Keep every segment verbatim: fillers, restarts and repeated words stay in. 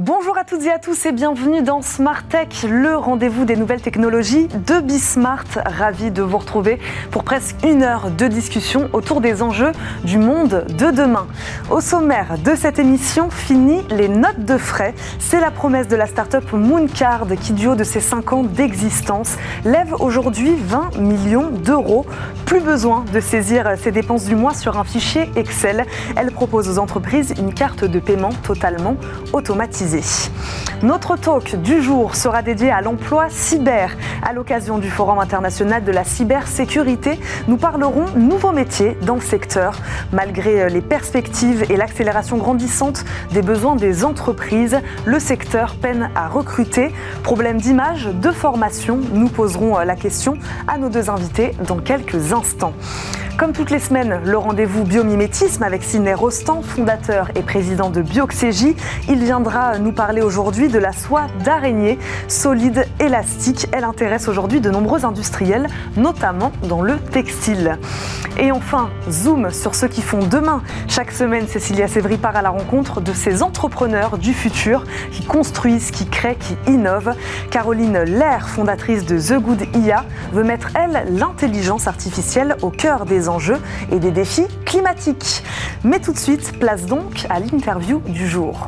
Bonjour à toutes et à tous et bienvenue dans Smart Tech, le rendez-vous des nouvelles technologies de Bismart. Ravi de vous retrouver pour presque une heure de discussion autour des enjeux du monde de demain. Au sommaire de cette émission, fini les notes de frais. C'est la promesse de la start-up Mooncard qui, du haut de ses cinq ans d'existence, lève aujourd'hui vingt millions d'euros. Plus besoin de saisir ses dépenses du mois sur un fichier Excel. Elle propose aux entreprises une carte de paiement totalement automatisée. Notre talk du jour sera dédié à l'emploi cyber. À l'occasion du Forum international de la cybersécurité, nous parlerons nouveaux métiers dans le secteur. Malgré les perspectives et l'accélération grandissante des besoins des entreprises, le secteur peine à recruter. Problème d'image, de formation, nous poserons la question à nos deux invités dans quelques instants. Comme toutes les semaines, le rendez-vous biomimétisme avec Sidney Rostand, fondateur et président de Bioxégie. Il viendra nous parler aujourd'hui de la soie d'araignée, solide, élastique. Elle intéresse aujourd'hui de nombreux industriels, notamment dans le textile. Et enfin, zoom sur ceux qui font demain. Chaque semaine, Cécilia Sévry part à la rencontre de ces entrepreneurs du futur qui construisent, qui créent, qui innovent. Caroline Lair, fondatrice de The Good I A, veut mettre, elle, l'intelligence artificielle au cœur des enjeux et des défis climatiques. Mais tout de suite, place donc à l'interview du jour.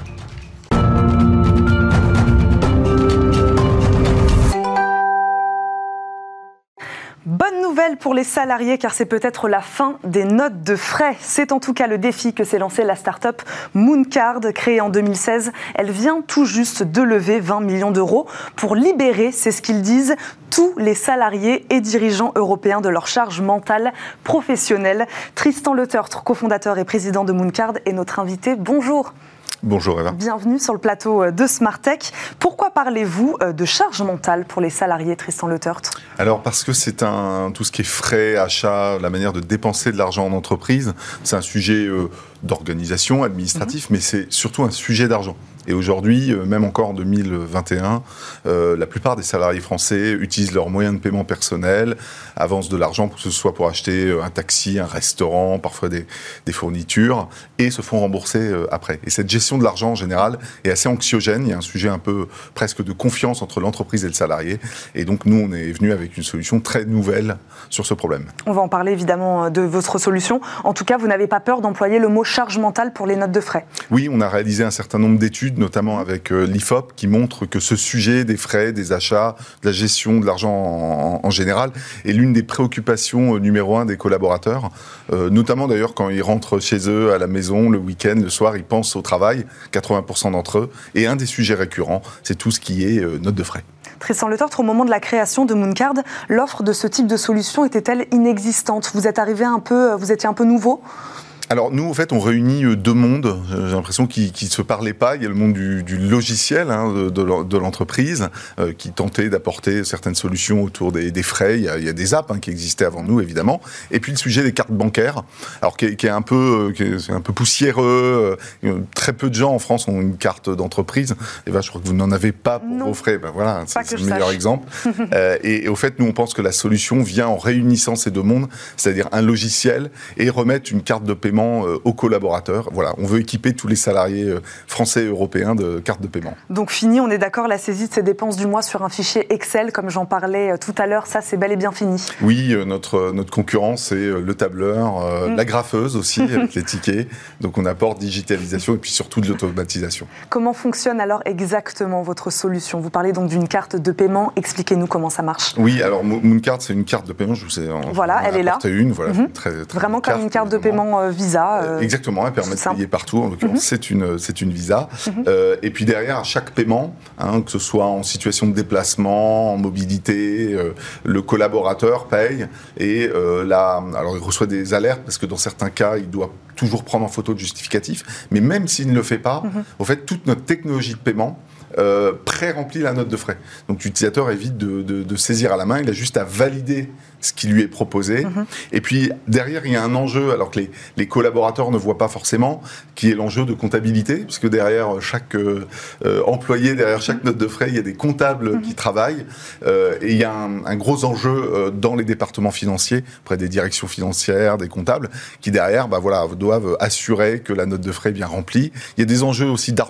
Bonne nouvelle pour les salariés car c'est peut-être la fin des notes de frais. C'est en tout cas le défi que s'est lancé la start-up Mooncard, créée en deux mille seize. Elle vient tout juste de lever vingt millions d'euros pour libérer, c'est ce qu'ils disent, tous les salariés et dirigeants européens de leur charge mentale professionnelle. Tristan Letertre, cofondateur et président de Mooncard, est notre invité. Bonjour. Bonjour Eva. Bienvenue sur le plateau de Smart Tech. Pourquoi parlez-vous de charge mentale pour les salariés, Tristan Letertre ? Alors parce que c'est un, tout ce qui est frais, achats, la manière de dépenser de l'argent en entreprise, c'est un sujet euh, d'organisation, administratif, mmh. mais c'est surtout un sujet d'argent. Et aujourd'hui, même encore en deux mille vingt et un, euh, la plupart des salariés français utilisent leurs moyens de paiement personnels, avancent de l'argent, que ce soit pour acheter un taxi, un restaurant, parfois des, des fournitures, et se font rembourser euh, après. Et cette gestion de l'argent, en général, est assez anxiogène. Il y a un sujet un peu presque de confiance entre l'entreprise et le salarié. Et donc, nous, on est venu avec une solution très nouvelle sur ce problème. On va en parler évidemment de votre solution. En tout cas, vous n'avez pas peur d'employer le mot charge mentale pour les notes de frais ? Oui, on a réalisé un certain nombre d'études, notamment avec euh, l'I F O P, qui montre que ce sujet des frais, des achats, de la gestion de l'argent en, en général, est l'une des préoccupations euh, numéro un des collaborateurs, euh, notamment d'ailleurs quand ils rentrent chez eux, à la maison, le week-end, le soir, ils pensent au travail, quatre-vingts pour cent d'entre eux, et un des sujets récurrents, c'est tout ce qui est euh, notes de frais. Tristan Letertre, au moment de la création de Mooncard, l'offre de ce type de solution était-elle inexistante ? Vous êtes arrivé un peu, vous étiez un peu nouveau ? Alors nous, en fait, on réunit deux mondes, j'ai l'impression qu'ils ne se parlaient pas. Il y a le monde du, du logiciel hein, de, de l'entreprise euh, qui tentait d'apporter certaines solutions autour des, des frais. Il y, a, il y a des apps hein, qui existaient avant nous, évidemment. Et puis le sujet des cartes bancaires, alors qui est, qui est, un, peu, qui est un peu poussiéreux. Euh, très peu de gens en France ont une carte d'entreprise. Et ben, je crois que vous n'en avez pas pour non. vos frais. Ben, voilà, c'est, c'est le meilleur sache. exemple. euh, et, et au fait, nous, on pense que la solution vient en réunissant ces deux mondes, c'est-à-dire un logiciel et remettre une carte de paiement aux collaborateurs. Voilà, on veut équiper tous les salariés français et européens de cartes de paiement. Donc fini, on est d'accord, la saisie de ces dépenses du mois sur un fichier Excel, comme j'en parlais tout à l'heure, ça c'est bel et bien fini. Oui, notre, notre concurrent, c'est le tableur, euh, mm. la graffeuse aussi, avec les tickets. Donc on apporte digitalisation et puis surtout de l'automatisation. Comment fonctionne alors exactement votre solution ? Vous parlez donc d'une carte de paiement, expliquez-nous comment ça marche. Oui, alors Mooncard, c'est une carte de paiement, je vous ai en, voilà, elle est là. une, voilà, mm-hmm. très, très Vraiment comme une carte de paiement euh, Visa. Euh, Exactement, elle permet de payer partout, en l'occurrence, mm-hmm. c'est une, c'est une Visa. Mm-hmm. Euh, et puis derrière, à chaque paiement, hein, que ce soit en situation de déplacement, en mobilité, euh, le collaborateur paye et euh, là, alors il reçoit des alertes parce que dans certains cas, il doit toujours prendre en photo de justificatif, mais même s'il ne le fait pas, mm-hmm. en fait, toute notre technologie de paiement Euh, pré-remplit la note de frais. Donc l'utilisateur évite de, de, de saisir à la main, il a juste à valider ce qui lui est proposé. Mmh. Et puis derrière, il y a un enjeu, alors que les, les collaborateurs ne voient pas forcément, qui est l'enjeu de comptabilité, puisque derrière chaque euh, euh, employé, derrière chaque note de frais, il y a des comptables mmh. qui travaillent. Euh, et il y a un, un gros enjeu euh, dans les départements financiers, auprès des directions financières, des comptables, qui derrière bah, voilà, doivent assurer que la note de frais est bien remplie. Il y a des enjeux aussi d'argent.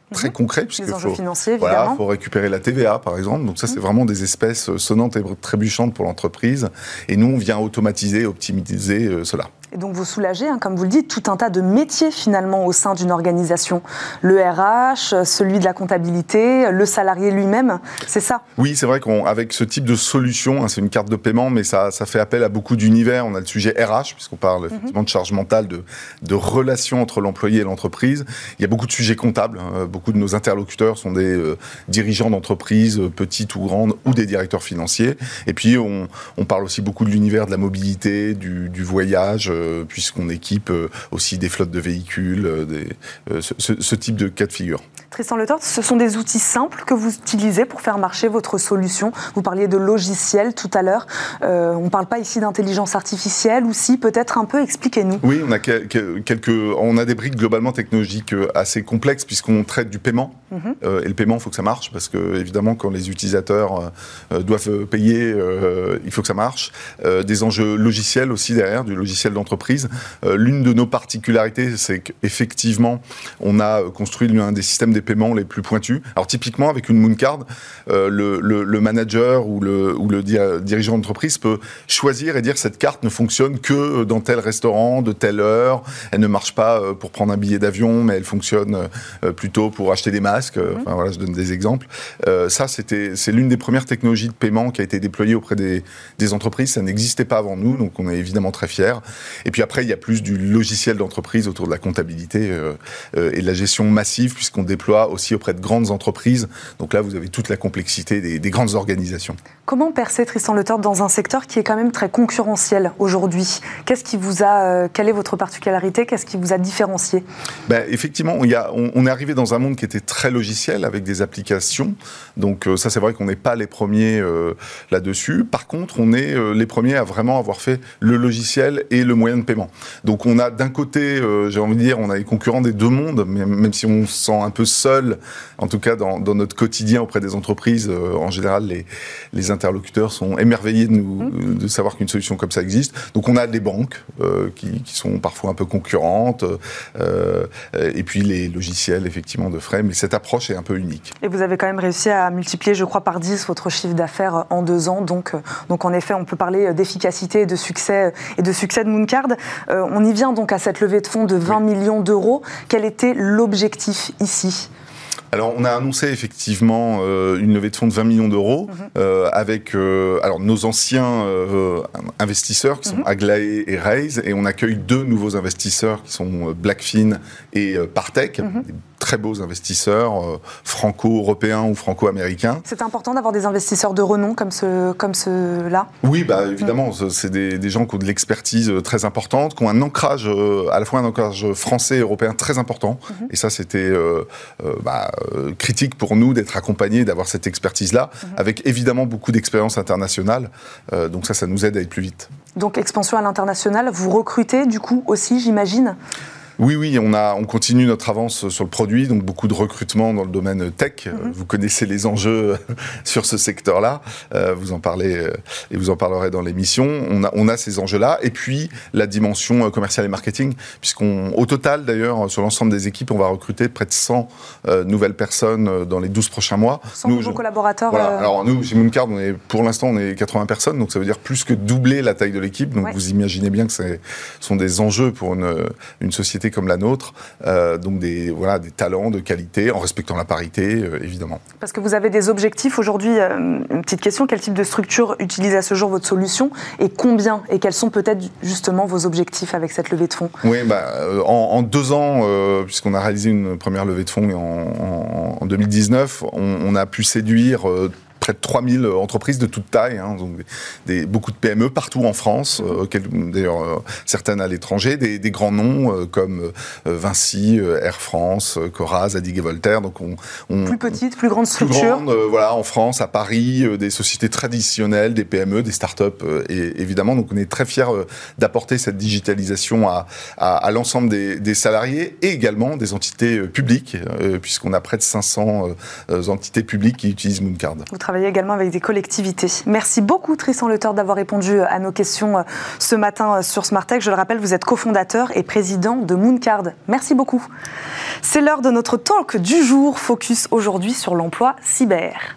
très concrets. Les enjeux faut, financiers, évidemment. Voilà, il faut récupérer la T V A, par exemple. Donc ça, c'est mmh. vraiment des espèces sonnantes et trébuchantes pour l'entreprise. Et nous, on vient automatiser, optimiser euh, cela. Et donc vous soulagez, hein, comme vous le dites, tout un tas de métiers finalement au sein d'une organisation. Le R H, celui de la comptabilité, le salarié lui-même, c'est ça? Oui, c'est vrai qu'avec ce type de solution, hein, c'est une carte de paiement, mais ça, ça fait appel à beaucoup d'univers. On a le sujet R H, puisqu'on parle effectivement mm-hmm. de charge mentale, de, de relations entre l'employé et l'entreprise. Il y a beaucoup de sujets comptables. Hein. Beaucoup de nos interlocuteurs sont des euh, dirigeants d'entreprises, petites ou grandes, ou des directeurs financiers. Et puis, on, on parle aussi beaucoup de l'univers de la mobilité, du, du voyage, euh, puisqu'on équipe euh, aussi des flottes de véhicules, euh, des, euh, ce, ce, ce type de cas de figure. Tristan Le Tort, ce sont des outils simples que vous utilisez pour faire marcher votre solution. Vous parliez de logiciels tout à l'heure. Euh, on ne parle pas ici d'intelligence artificielle, ou si, peut-être un peu, expliquez-nous. Oui, on a, quelques, on a des briques globalement technologiques assez complexes, puisqu'on traite du paiement. Mm-hmm. Euh, et le paiement, il faut que ça marche, parce que, évidemment, quand les utilisateurs euh, doivent payer, euh, il faut que ça marche. Euh, des enjeux logiciels aussi derrière, du logiciel d'entreprise. Euh, l'une de nos particularités, c'est qu'effectivement, on a construit l'un des systèmes des paiements les plus pointus. Alors typiquement, avec une Mooncard, euh, le, le, le manager ou le, ou le dirigeant d'entreprise peut choisir et dire cette carte ne fonctionne que dans tel restaurant, de telle heure. Elle ne marche pas pour prendre un billet d'avion, mais elle fonctionne plutôt pour acheter des masques. Mmh. Enfin voilà, je donne des exemples. Euh, ça, c'était, c'est l'une des premières technologies de paiement qui a été déployée auprès des, des entreprises. Ça n'existait pas avant nous, donc on est évidemment très fiers. Et puis après, il y a plus du logiciel d'entreprise autour de la comptabilité euh, euh, et de la gestion massive, puisqu'on déploie aussi auprès de grandes entreprises. Donc là, vous avez toute la complexité des, des grandes organisations. Comment percer, Tristan Le Tort, dans un secteur qui est quand même très concurrentiel aujourd'hui? Qu'est-ce qui vous a, euh, quelle est votre particularité? Qu'est-ce qui vous a différencié? Ben, effectivement, il y a, on, on est arrivé dans un monde qui était très logiciel, avec des applications. Donc euh, ça, c'est vrai qu'on n'est pas les premiers euh, là-dessus. Par contre, on est euh, les premiers à vraiment avoir fait le logiciel et le moyen de paiement. Donc on a d'un côté, euh, j'ai envie de dire, on a les concurrents des deux mondes, mais même si on se sent un peu seul, en tout cas dans, dans notre quotidien auprès des entreprises, euh, en général, les, les interlocuteurs sont émerveillés de, nous, mmh. de savoir qu'une solution comme ça existe. Donc on a des banques euh, qui, qui sont parfois un peu concurrentes, euh, et puis les logiciels effectivement de frais, mais cette approche est un peu unique. Et vous avez quand même réussi à multiplier, je crois, par dix votre chiffre d'affaires en deux ans, donc, donc en effet on peut parler d'efficacité et de succès, et de, succès de Mooncard. Euh, on y vient donc à cette levée de fonds de vingt oui. millions d'euros. Quel était l'objectif ici ? Alors, on a annoncé effectivement euh, une levée de fonds de vingt millions d'euros mmh. euh, avec euh, alors, nos anciens euh, investisseurs qui sont mmh. Aglaé et Raise, et on accueille deux nouveaux investisseurs qui sont Blackfin et euh, Partech, mmh. très beaux investisseurs euh, franco-européens ou franco-américains. C'est important d'avoir des investisseurs de renom comme, ce, comme ceux-là? Oui, bah, évidemment, mmh. c'est des, des gens qui ont de l'expertise très importante, qui ont un ancrage, euh, à la fois un ancrage français et européen très important, mmh. et ça c'était euh, euh, bah, euh, critique pour nous d'être accompagnés, d'avoir cette expertise-là, mmh. avec évidemment beaucoup d'expérience internationale, euh, donc ça, ça nous aide à aller plus vite. Donc expansion à l'international, vous recrutez du coup aussi, j'imagine ? Oui, oui, on, a, on continue notre avance sur le produit, donc beaucoup de recrutement dans le domaine tech. Mm-hmm. Vous connaissez les enjeux sur ce secteur-là, euh, vous en parlez euh, et vous en parlerez dans l'émission. On a, on a ces enjeux-là, et puis la dimension commerciale et marketing, puisqu'au total, d'ailleurs, sur l'ensemble des équipes, on va recruter près de cent euh, nouvelles personnes dans les douze prochains mois. cent nous, nouveaux je, collaborateurs voilà. euh... Alors nous, chez Mooncard, on est, pour l'instant, on est quatre-vingts personnes, donc ça veut dire plus que doubler la taille de l'équipe. Donc ouais. vous imaginez bien que ce sont des enjeux pour une, une société comme la nôtre, euh, donc des, voilà, des talents de qualité, en respectant la parité, euh, évidemment. Parce que vous avez des objectifs aujourd'hui. Euh, une petite question, quel type de structure utilise à ce jour votre solution, et combien, et quels sont peut-être justement vos objectifs avec cette levée de fonds? Oui, bah, euh, en, en deux ans, euh, puisqu'on a réalisé une première levée de fonds en, en, en deux mille dix-neuf, on, on a pu séduire euh, près de trois mille entreprises de toute taille, hein, donc des, des, beaucoup de P M E partout en France, euh, d'ailleurs euh, certaines à l'étranger, des, des grands noms euh, comme euh, Vinci, euh, Air France, euh, Cora, Zadig et Voltaire. Donc on, on, plus petites, plus grandes structures. Plus grandes, euh, voilà, en France, à Paris, euh, des sociétés traditionnelles, des P M E, des start-up, euh, et évidemment. Donc on est très fiers euh, d'apporter cette digitalisation à, à, à l'ensemble des, des salariés, et également des entités euh, publiques, euh, puisqu'on a près de cinq cents euh, entités publiques qui utilisent Mooncard. Vous travaillez travaillez également avec des collectivités. Merci beaucoup Tristan Letort d'avoir répondu à nos questions ce matin sur Smart Tech. Je le rappelle, vous êtes cofondateur et président de Mooncard. Merci beaucoup. C'est l'heure de notre talk du jour, focus aujourd'hui sur l'emploi cyber.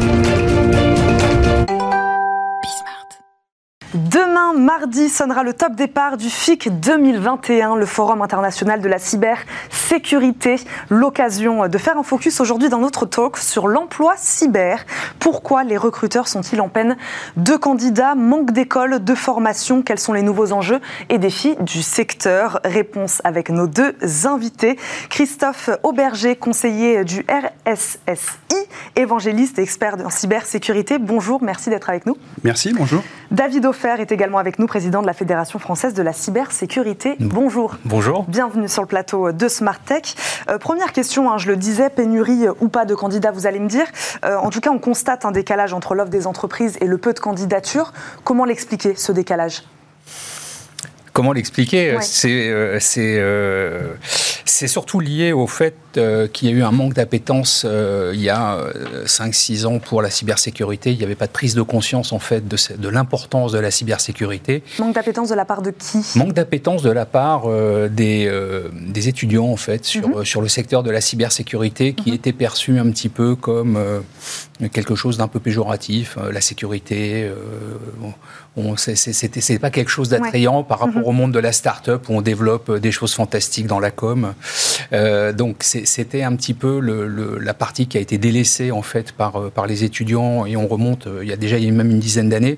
Demain, mardi, sonnera le top départ du F I C deux mille vingt et un, le Forum international de la cybersécurité. L'occasion de faire un focus aujourd'hui dans notre talk sur l'emploi cyber. Pourquoi les recruteurs sont-ils en peine de candidats? Manque d'écoles, de formation? Quels sont les nouveaux enjeux et défis du secteur? Réponse avec nos deux invités. Christophe Auberger, conseiller du R S S I, évangéliste et expert en cybersécurité. Bonjour, merci d'être avec nous. Merci, bonjour. David Offer est également avec nous, président de la Fédération française de la cybersécurité. Bonjour. Bonjour. Bienvenue sur le plateau de Smart Tech. Euh, première question, hein, je le disais, pénurie ou pas de candidats, vous allez me dire. Euh, en tout cas, on constate un décalage entre l'offre des entreprises et le peu de candidatures. Comment l'expliquer, ce décalage ? Comment l'expliquer ? Ouais. C'est, euh, c'est, euh, c'est surtout lié au fait euh, qu'il y a eu un manque d'appétence euh, il y a euh, cinq six ans pour la cybersécurité. Il n'y avait pas de prise de conscience en fait de, de l'importance de la cybersécurité. Manque d'appétence de la part de qui ? Manque d'appétence de la part euh, des, euh, des étudiants en fait sur, Mm-hmm. sur le secteur de la cybersécurité qui mm-hmm. était perçu un petit peu comme euh, quelque chose d'un peu péjoratif. Euh, la sécurité, euh, on, c'est, c'est, c'était, c'est pas quelque chose d'attrayant ouais. par rapport mm-hmm. au monde de la start-up où on développe des choses fantastiques dans la com. Euh, donc c'est, c'était un petit peu le, le, la partie qui a été délaissée en fait par, par les étudiants et on remonte il y a déjà il y a même une dizaine d'années.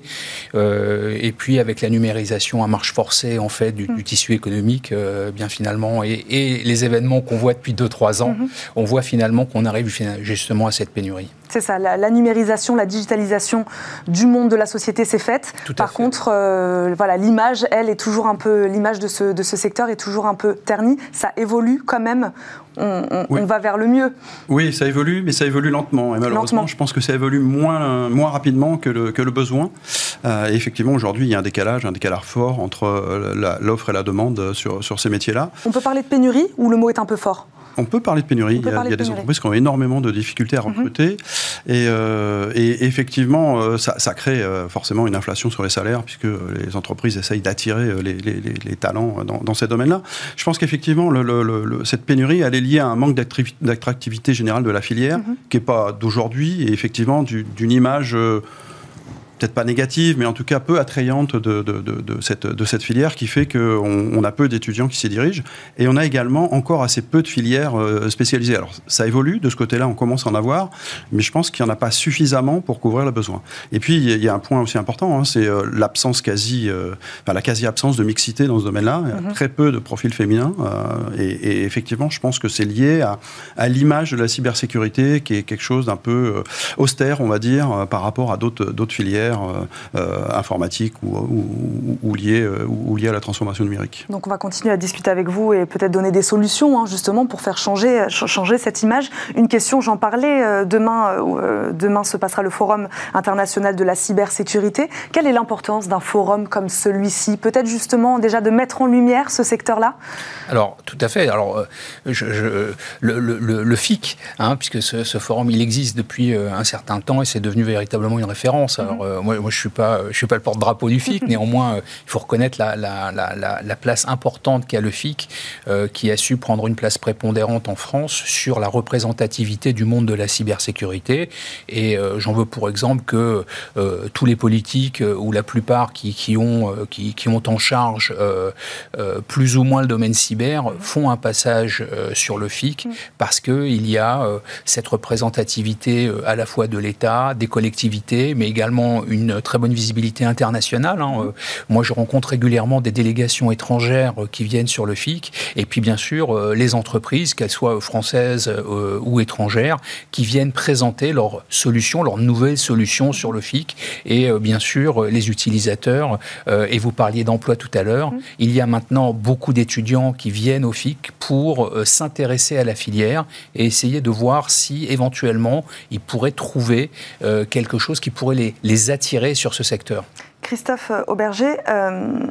Euh, et puis avec la numérisation à marche forcée en fait du, mm. du tissu économique, euh, bien finalement et, et les événements qu'on voit depuis deux trois ans, mm-hmm. on voit finalement qu'on arrive justement à cette pénurie. C'est ça, la, la numérisation, la digitalisation du monde de la société s'est faite. Tout à Par fait. contre, euh, voilà, l'image, elle, est toujours un peu, l'image de ce, de ce secteur est toujours un peu ternie. Ça évolue quand même. On, on, oui. on va vers le mieux. Oui, ça évolue, mais ça évolue lentement. Et malheureusement, lentement. Je pense que ça évolue moins, moins rapidement que le, que le besoin. Euh, et effectivement, aujourd'hui, il y a un décalage, un décalage fort entre la, l'offre et la demande sur, sur ces métiers-là. On peut parler de pénurie ou le mot est un peu fort ? On peut parler de pénurie. Il y a, il y a des entreprises qui ont énormément de difficultés à recruter. Mm-hmm. Et, euh, et effectivement, euh, ça, ça crée euh, forcément une inflation sur les salaires, puisque les entreprises essayent d'attirer les, les, les, les talents dans, dans ces domaines-là. Je pense qu'effectivement, le, le, le, cette pénurie, elle est liée à un manque d'attractivité générale de la filière, mm-hmm. qui n'est pas d'aujourd'hui, et effectivement du, d'une image... Euh, peut-être pas négative, mais en tout cas peu attrayante de, de, de, de, cette, de cette filière qui fait qu'on on a peu d'étudiants qui s'y dirigent. Et on a également encore assez peu de filières euh, spécialisées. Alors ça évolue, de ce côté-là on commence à en avoir, mais je pense qu'il n'y en a pas suffisamment pour couvrir le besoin. Et puis il y a un point aussi important, hein, c'est euh, l'absence quasi, euh, enfin, la quasi-absence de mixité dans ce domaine-là. Il y a mm-hmm. très peu de profils féminins. Euh, et, et effectivement, je pense que c'est lié à, à l'image de la cybersécurité qui est quelque chose d'un peu euh, austère, on va dire, euh, par rapport à d'autres, d'autres filières Euh, informatique ou, ou, ou, liées, euh, ou liées à la transformation numérique. Donc on va continuer à discuter avec vous et peut-être donner des solutions hein, justement pour faire changer, changer cette image. Une question, j'en parlais, euh, demain, euh, demain se passera le Forum international de la cybersécurité. Quelle est l'importance d'un forum comme celui-ci ? Peut-être justement déjà de mettre en lumière ce secteur-là ? Alors tout à fait. Alors, je, je, le, le, le F I C, hein, puisque ce, ce forum il existe depuis un certain temps et c'est devenu véritablement une référence. Alors, mm-hmm. Moi, moi, je ne suis pas, je suis pas le porte-drapeau du F I C, néanmoins, euh, il faut reconnaître la, la, la, la, la place importante qu'a le F I C, euh, qui a su prendre une place prépondérante en France sur la représentativité du monde de la cybersécurité. Et euh, j'en veux pour exemple que euh, tous les politiques, euh, ou la plupart qui, qui, ont, euh, qui, qui ont en charge euh, euh, plus ou moins le domaine cyber, font un passage euh, sur le F I C, parce qu'il y a euh, cette représentativité euh, à la fois de l'État, des collectivités, mais également une très bonne visibilité internationale. Hein. Euh, moi, je rencontre régulièrement des délégations étrangères euh, qui viennent sur le F I C, et puis bien sûr, euh, les entreprises, qu'elles soient françaises euh, ou étrangères, qui viennent présenter leurs solutions, leurs nouvelles solutions sur le F I C, et euh, bien sûr, euh, les utilisateurs. Euh, et vous parliez d'emploi tout à l'heure. Mmh. Il y a maintenant beaucoup d'étudiants qui viennent au F I C pour euh, s'intéresser à la filière et essayer de voir si, éventuellement, ils pourraient trouver euh, quelque chose qui pourrait les, les attirer sur ce secteur. Christophe Auberger, euh,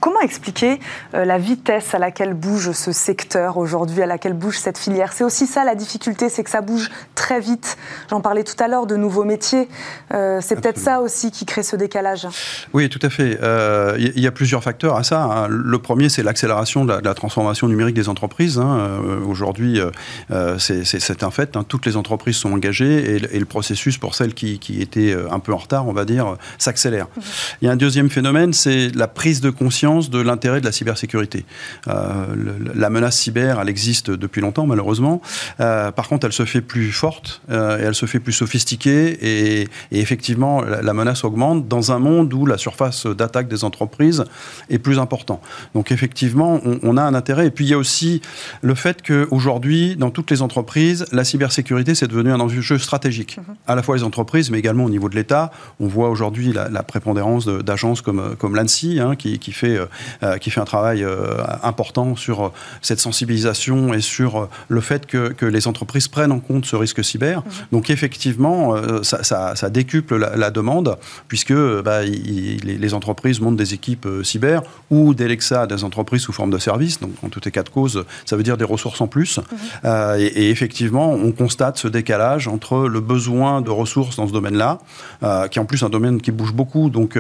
Comment expliquer euh, la vitesse à laquelle bouge ce secteur aujourd'hui, à laquelle bouge cette filière? C'est aussi ça la difficulté, c'est que ça bouge très vite. J'en parlais tout à l'heure de nouveaux métiers. Euh, c'est peut-être ça aussi qui crée ce décalage. Oui, tout à fait. Euh, il y a plusieurs facteurs à ça, hein. Le premier, c'est l'accélération de la, de la transformation numérique des entreprises, hein. Euh, aujourd'hui, euh, c'est, c'est, c'est un fait, hein. Toutes les entreprises sont engagées et, et le processus, pour celles qui, qui étaient un peu en retard, on va dire, s'accélère. Mmh. Il y a un deuxième phénomène, c'est la prise de conscience de l'intérêt de la cybersécurité. Euh, le, la menace cyber, elle existe depuis longtemps, malheureusement. Euh, par contre, elle se fait plus forte euh, et elle se fait plus sophistiquée et, et effectivement, la, la menace augmente dans un monde où la surface d'attaque des entreprises est plus importante. Donc effectivement, on, on a un intérêt. Et puis il y a aussi le fait qu'aujourd'hui, dans toutes les entreprises, la cybersécurité, c'est devenu un enjeu stratégique. Mmh. À la fois les entreprises, mais également au niveau de l'État. On voit aujourd'hui la, la prépondérance de, d'agences comme, comme l'ANSSI, hein, qui, qui, fait, euh, qui fait un travail euh, important sur cette sensibilisation et sur le fait que, que les entreprises prennent en compte ce risque cyber. Mmh. Donc effectivement, euh, ça, ça, ça décuple la, la demande, puisque bah, il, les, les entreprises montent des équipes euh, cyber ou des Lexa, des entreprises sous forme de services. Donc en tous les cas de cause, ça veut dire des ressources en plus. Mmh. Euh, et, et effectivement, on constate ce décalage entre le besoin de ressources dans ce domaine-là, euh, qui est en plus un domaine qui bouge beaucoup, donc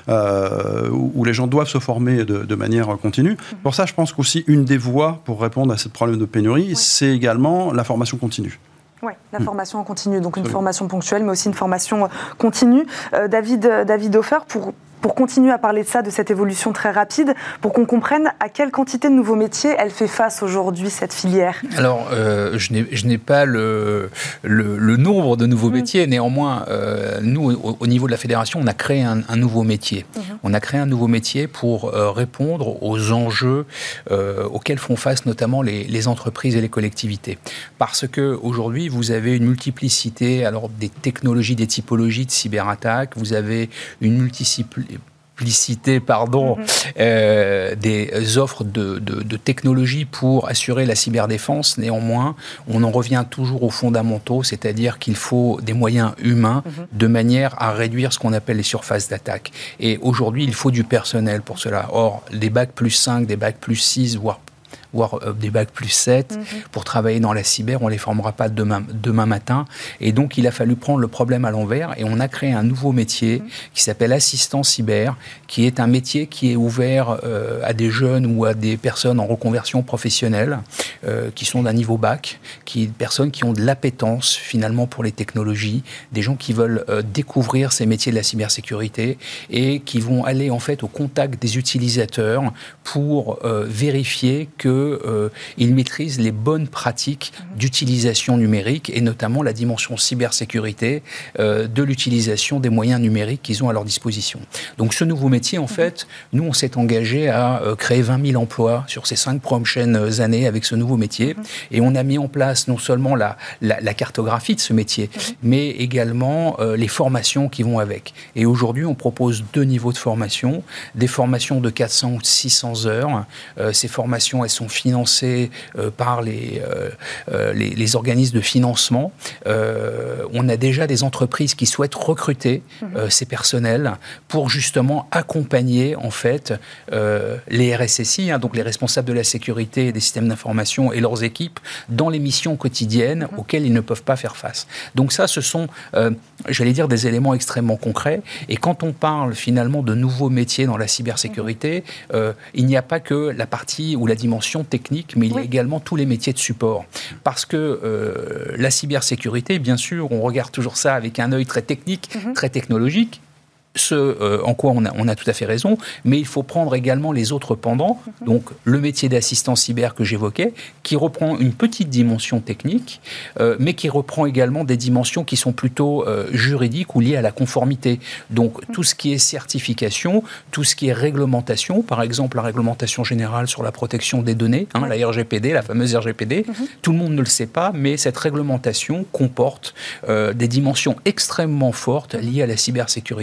euh, où les gens doivent se former de, de manière continue. Mmh. Pour ça, je pense qu'aussi une des voies pour répondre à ce problème de pénurie, oui. c'est également la formation continue. Oui, la formation en continu, donc une oui. formation ponctuelle, mais aussi une formation continue. Euh, David, David Hofer, pour... Pour continuer à parler de ça, de cette évolution très rapide, pour qu'on comprenne à quelle quantité de nouveaux métiers elle fait face aujourd'hui, cette filière. Alors, euh, je, n'ai, je n'ai pas le, le, le nombre de nouveaux mmh. métiers. Néanmoins, euh, nous, au, au niveau de la fédération, on a créé un, un nouveau métier. Mmh. On a créé un nouveau métier pour euh, répondre aux enjeux euh, auxquels font face notamment les, les entreprises et les collectivités. Parce qu'aujourd'hui, vous avez une multiplicité alors, des technologies, des typologies de cyberattaques. Vous avez une multiplicité Publicité, pardon, mm-hmm. euh, des offres de, de, de technologies pour assurer la cyberdéfense. Néanmoins, on en revient toujours aux fondamentaux, c'est-à-dire qu'il faut des moyens humains mm-hmm. de manière à réduire ce qu'on appelle les surfaces d'attaque. Et aujourd'hui, il faut du personnel pour cela. Or, des bacs plus cinq, des bacs plus six, voire voire euh, des bacs plus sept, mm-hmm. pour travailler dans la cyber, on ne les formera pas demain, demain matin. Et donc, il a fallu prendre le problème à l'envers et on a créé un nouveau métier mm-hmm. qui s'appelle assistant cyber, qui est un métier qui est ouvert euh, à des jeunes ou à des personnes en reconversion professionnelle, euh, qui sont d'un niveau bac, qui des personnes qui ont de l'appétence finalement pour les technologies, des gens qui veulent euh, découvrir ces métiers de la cybersécurité et qui vont aller en fait au contact des utilisateurs pour euh, vérifier que Euh, ils maîtrisent les bonnes pratiques d'utilisation numérique et notamment la dimension cybersécurité euh, de l'utilisation des moyens numériques qu'ils ont à leur disposition. Donc ce nouveau métier, en fait, nous, on s'est engagé à euh, créer vingt mille emplois sur ces cinq prochaines années avec ce nouveau métier et on a mis en place non seulement la, la, la cartographie de ce métier, mais également euh, les formations qui vont avec. Et aujourd'hui, on propose deux niveaux de formation, des formations de quatre cents ou six cents heures. Euh, ces formations, elles sont financés euh, par les, euh, euh, les, les organismes de financement. Euh, on a déjà des entreprises qui souhaitent recruter euh, ces personnels pour justement accompagner en fait euh, les R S S I, hein, donc les responsables de la sécurité et des systèmes d'information et leurs équipes dans les missions quotidiennes mmh. auxquelles ils ne peuvent pas faire face. Donc ça, ce sont, euh, j'allais dire, des éléments extrêmement concrets. Et quand on parle finalement de nouveaux métiers dans la cybersécurité, mmh. euh, il n'y a pas que la partie ou la dimension technique, mais il y a oui. également tous les métiers de support. Parce que euh, la cybersécurité, bien sûr, on regarde toujours ça avec un œil très technique, mmh. très technologique, ce euh, en quoi on a, on a tout à fait raison, mais il faut prendre également les autres pendants, mmh. donc le métier d'assistant cyber que j'évoquais, qui reprend une petite dimension technique, euh, mais qui reprend également des dimensions qui sont plutôt euh, juridiques ou liées à la conformité. Donc mmh. tout ce qui est certification, tout ce qui est réglementation, par exemple la réglementation générale sur la protection des données, hein, ouais. la R G P D, la fameuse R G P D, mmh. tout le monde ne le sait pas, mais cette réglementation comporte euh, des dimensions extrêmement fortes liées à la cybersécurité.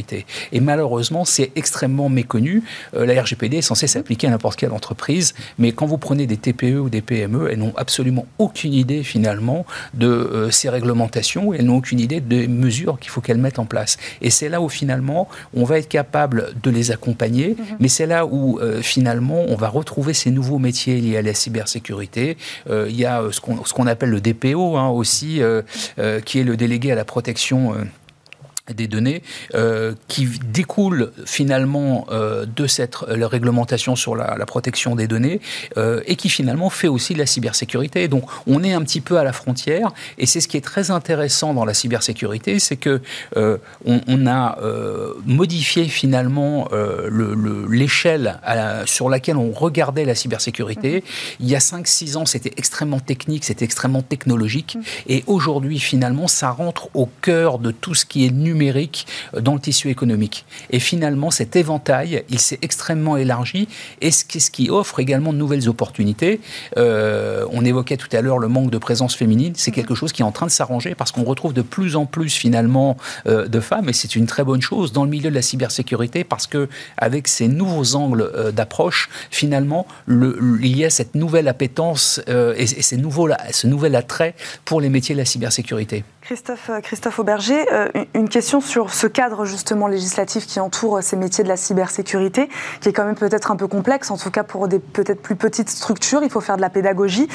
Et malheureusement, c'est extrêmement méconnu. Euh, la R G P D est censée s'appliquer à n'importe quelle entreprise, mais quand vous prenez des T P E ou des P M E, elles n'ont absolument aucune idée finalement de euh, ces réglementations, elles n'ont aucune idée des mesures qu'il faut qu'elles mettent en place. Et c'est là où finalement, on va être capable de les accompagner, mmh. mais c'est là où euh, finalement, on va retrouver ces nouveaux métiers liés à la cybersécurité. Euh, il y a euh, ce qu'on, ce qu'on appelle le D P O hein, aussi, euh, euh, qui est le délégué à la protection euh, des données euh, qui découlent finalement euh, de cette euh, réglementation sur la, la protection des données euh, et qui finalement fait aussi de la cybersécurité. Donc on est un petit peu à la frontière et c'est ce qui est très intéressant dans la cybersécurité, c'est que euh, on, on a euh, modifié finalement euh, le, le, l'échelle à la, sur laquelle on regardait la cybersécurité. Mmh. Il y a cinq six ans, c'était extrêmement technique, c'était extrêmement technologique mmh. et aujourd'hui finalement, ça rentre au cœur de tout ce qui est numérique numérique dans le tissu économique. Et finalement, cet éventail, il s'est extrêmement élargi et ce qui, ce qui offre également de nouvelles opportunités. Euh, on évoquait tout à l'heure le manque de présence féminine. C'est quelque chose qui est en train de s'arranger parce qu'on retrouve de plus en plus finalement euh, de femmes et c'est une très bonne chose dans le milieu de la cybersécurité parce que avec ces nouveaux angles euh, d'approche, finalement, le, le, il y a cette nouvelle appétence euh, et, et ces nouveaux, ce nouvel attrait pour les métiers de la cybersécurité. Christophe, Christophe Auberger, euh, une question sur ce cadre justement législatif qui entoure ces métiers de la cybersécurité, qui est quand même peut-être un peu complexe, en tout cas pour des peut-être plus petites structures, il faut faire de la pédagogie.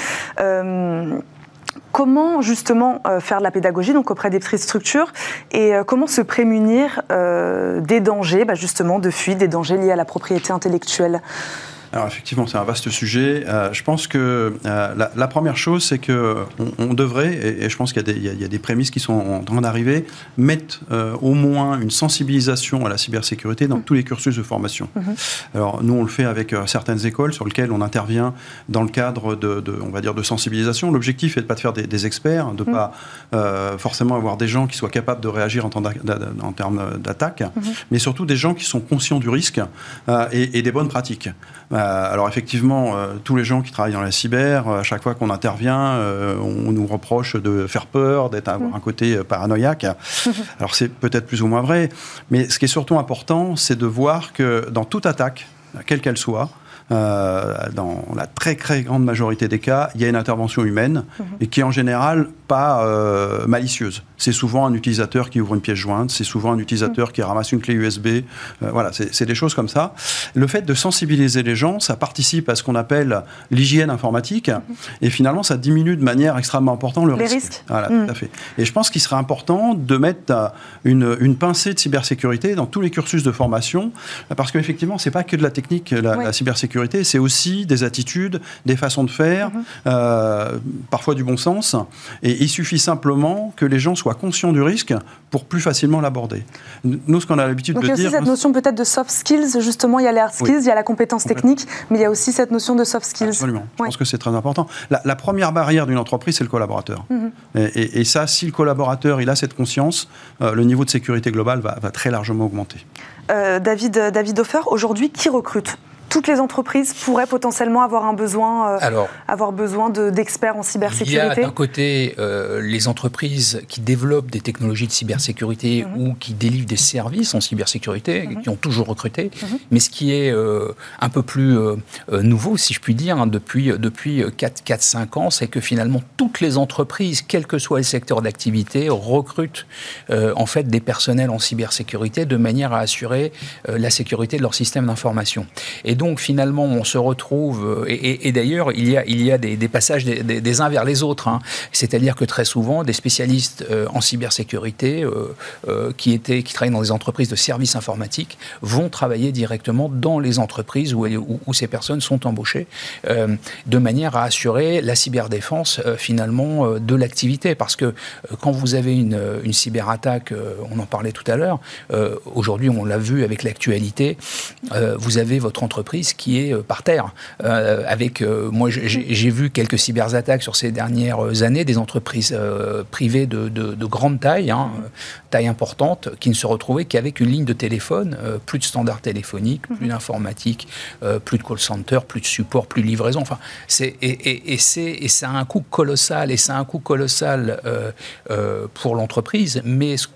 Euh, comment justement euh, faire de la pédagogie donc auprès des petites structures et euh, comment se prémunir euh, des dangers, bah, justement de fuite, des dangers liés à la propriété intellectuelle ? Alors effectivement, c'est un vaste sujet. Euh, je pense que euh, la, la première chose, c'est que on, on devrait, et, et je pense qu'il y a, des, il y a, il y a des prémices qui sont en train d'arriver, mettre euh, au moins une sensibilisation à la cybersécurité dans mmh. tous les cursus de formation. Mmh. Alors nous, on le fait avec euh, certaines écoles sur lesquelles on intervient dans le cadre de, de on va dire, de sensibilisation. L'objectif est de pas de faire des, des experts, de mmh. pas euh, forcément avoir des gens qui soient capables de réagir en, temps en termes d'attaque, mmh. mais surtout des gens qui sont conscients du risque euh, et, et des bonnes pratiques. Alors effectivement, euh, tous les gens qui travaillent dans la cyber, à chaque fois qu'on intervient, euh, on nous reproche de faire peur, d'être avoir mmh. un côté paranoïaque. Alors c'est peut-être plus ou moins vrai, mais ce qui est surtout important, c'est de voir que dans toute attaque, quelle qu'elle soit, Euh, dans la très très grande majorité des cas, il y a une intervention humaine mmh. et qui est en général pas euh, malicieuse. C'est souvent un utilisateur qui ouvre une pièce jointe, c'est souvent un utilisateur mmh. qui ramasse une clé U S B. Euh, voilà, c'est, c'est des choses comme ça. Le fait de sensibiliser les gens, ça participe à ce qu'on appelle l'hygiène informatique mmh. et finalement, ça diminue de manière extrêmement importante le les risque. risques. Voilà, mmh. tout à fait. Et je pense qu'il serait important de mettre une, une pincée de cybersécurité dans tous les cursus de formation parce qu'effectivement, c'est pas que de la technique, la, oui. la cybersécurité. C'est aussi des attitudes, des façons de faire, mmh. euh, parfois du bon sens. Et il suffit simplement que les gens soient conscients du risque pour plus facilement l'aborder. Nous, ce qu'on a l'habitude Donc, de dire... il y a aussi cette notion peut-être de soft skills, justement. Il y a les hard skills, oui. il y a la compétence technique, mais il y a aussi cette notion de soft skills. Absolument. Je ouais. pense que c'est très important. La, la première barrière d'une entreprise, c'est le collaborateur. Mmh. Et, et, et ça, si le collaborateur il a cette conscience, euh, le niveau de sécurité globale va, va très largement augmenter. Euh, David, David Hofer, aujourd'hui, qui recrute ? Toutes les entreprises pourraient potentiellement avoir un besoin, euh, Alors, avoir besoin de, d'experts en cybersécurité. Il y a d'un côté euh, les entreprises qui développent des technologies de cybersécurité mmh. ou qui délivrent des services en cybersécurité, mmh. qui ont toujours recruté. Mmh. Mais ce qui est euh, un peu plus euh, nouveau, si je puis dire, hein, depuis, depuis quatre cinq ans, c'est que finalement toutes les entreprises, quel que soit le secteur d'activité, recrutent euh, en fait des personnels en cybersécurité de manière à assurer euh, la sécurité de leur système d'information. Et donc finalement, on se retrouve, et, et, et d'ailleurs, il y a, il y a des, des passages des, des, des uns vers les autres. Hein. C'est-à-dire que très souvent, des spécialistes euh, en cybersécurité euh, euh, qui, étaient, qui travaillent dans des entreprises de services informatiques vont travailler directement dans les entreprises où, où, où ces personnes sont embauchées, euh, de manière à assurer la cyberdéfense euh, finalement euh, de l'activité. Parce que euh, quand vous avez une, une cyberattaque, euh, on en parlait tout à l'heure, euh, aujourd'hui on l'a vu avec l'actualité, euh, vous avez votre entreprise qui est euh, par terre. Euh, avec, euh, moi, j'ai, j'ai vu quelques cyberattaques sur ces dernières années, des entreprises euh, privées de, de, de grande taille, hein, euh, taille importante, qui ne se retrouvaient qu'avec une ligne de téléphone, euh, plus de standards téléphoniques, plus d'informatique, euh, plus de call center, plus de support, plus de livraison. Enfin, c'est, et, et, et, c'est, et ça a un coût colossal, et ça a un coût colossal euh, euh, pour l'entreprise, mais ce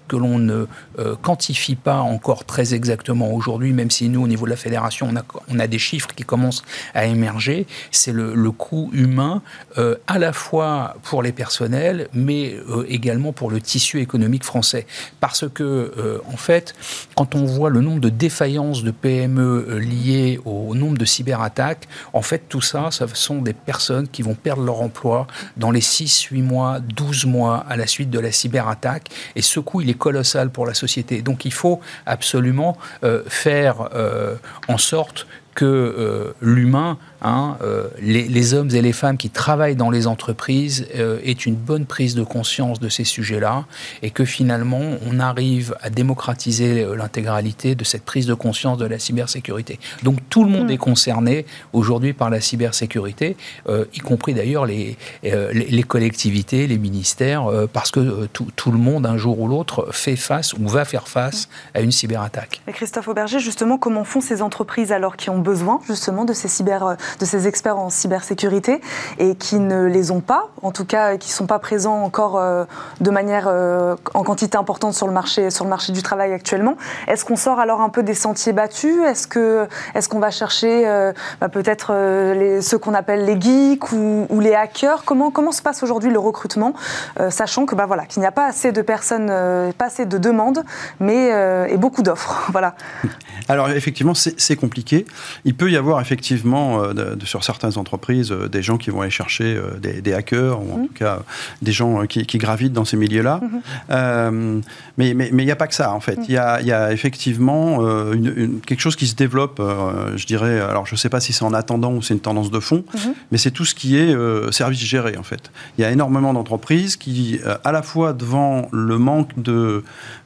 que l'on ne euh, quantifie pas encore très exactement aujourd'hui, même si nous, au niveau de la fédération, on a, on a des chiffres qui commencent à émerger, c'est le, le coût humain, euh, à la fois pour les personnels, mais euh, également pour le tissu économique français. Parce que, euh, en fait, quand on voit le nombre de défaillances de P M E euh, liées au nombre de cyberattaques, en fait, tout ça, ce sont des personnes qui vont perdre leur emploi dans les six, huit mois, douze mois à la suite de la cyberattaque. Et ce coût, il est colossal pour la société. Donc, il faut absolument euh, faire euh, en sorte que euh, l'humain, hein, euh, les, les hommes et les femmes qui travaillent dans les entreprises euh, aient une bonne prise de conscience de ces sujets-là et que finalement on arrive à démocratiser l'intégralité de cette prise de conscience de la cybersécurité. Donc tout le monde mmh. est concerné aujourd'hui par la cybersécurité, euh, y compris d'ailleurs les, euh, les, les collectivités, les ministères, euh, parce que euh, tout, tout le monde un jour ou l'autre fait face ou va faire face mmh. à une cyberattaque. Et Christophe Auberger, justement, comment font ces entreprises alors qui ont besoin justement de ces, cyber, de ces experts en cybersécurité et qui ne les ont pas, en tout cas qui ne sont pas présents encore euh, de manière euh, en quantité importante sur le marché, sur le marché du travail actuellement. Est-ce qu'on sort alors un peu des sentiers battus ? Est-ce que, est-ce qu'on va chercher euh, bah, peut-être euh, les, ceux qu'on appelle les geeks ou, ou les hackers ? Comment, comment se passe aujourd'hui le recrutement, euh, sachant que, bah, voilà, qu'il n'y a pas assez de personnes, euh, pas assez de demandes, mais euh, et beaucoup d'offres. Voilà. Alors effectivement, c'est, c'est compliqué. Il peut y avoir effectivement euh, de, de, sur certaines entreprises euh, des gens qui vont aller chercher euh, des, des hackers ou en mmh. tout cas euh, des gens euh, qui, qui gravitent dans ces milieux-là. Mmh. Euh, mais mais mais il n'y a pas que ça en fait. Il mmh. y a il y a effectivement euh, une, une, quelque chose qui se développe. Euh, je dirais. Alors je ne sais pas si c'est en attendant ou c'est une tendance de fond, mmh. mais c'est tout ce qui est euh, service géré en fait. Il y a énormément d'entreprises qui euh, à la fois devant le manque de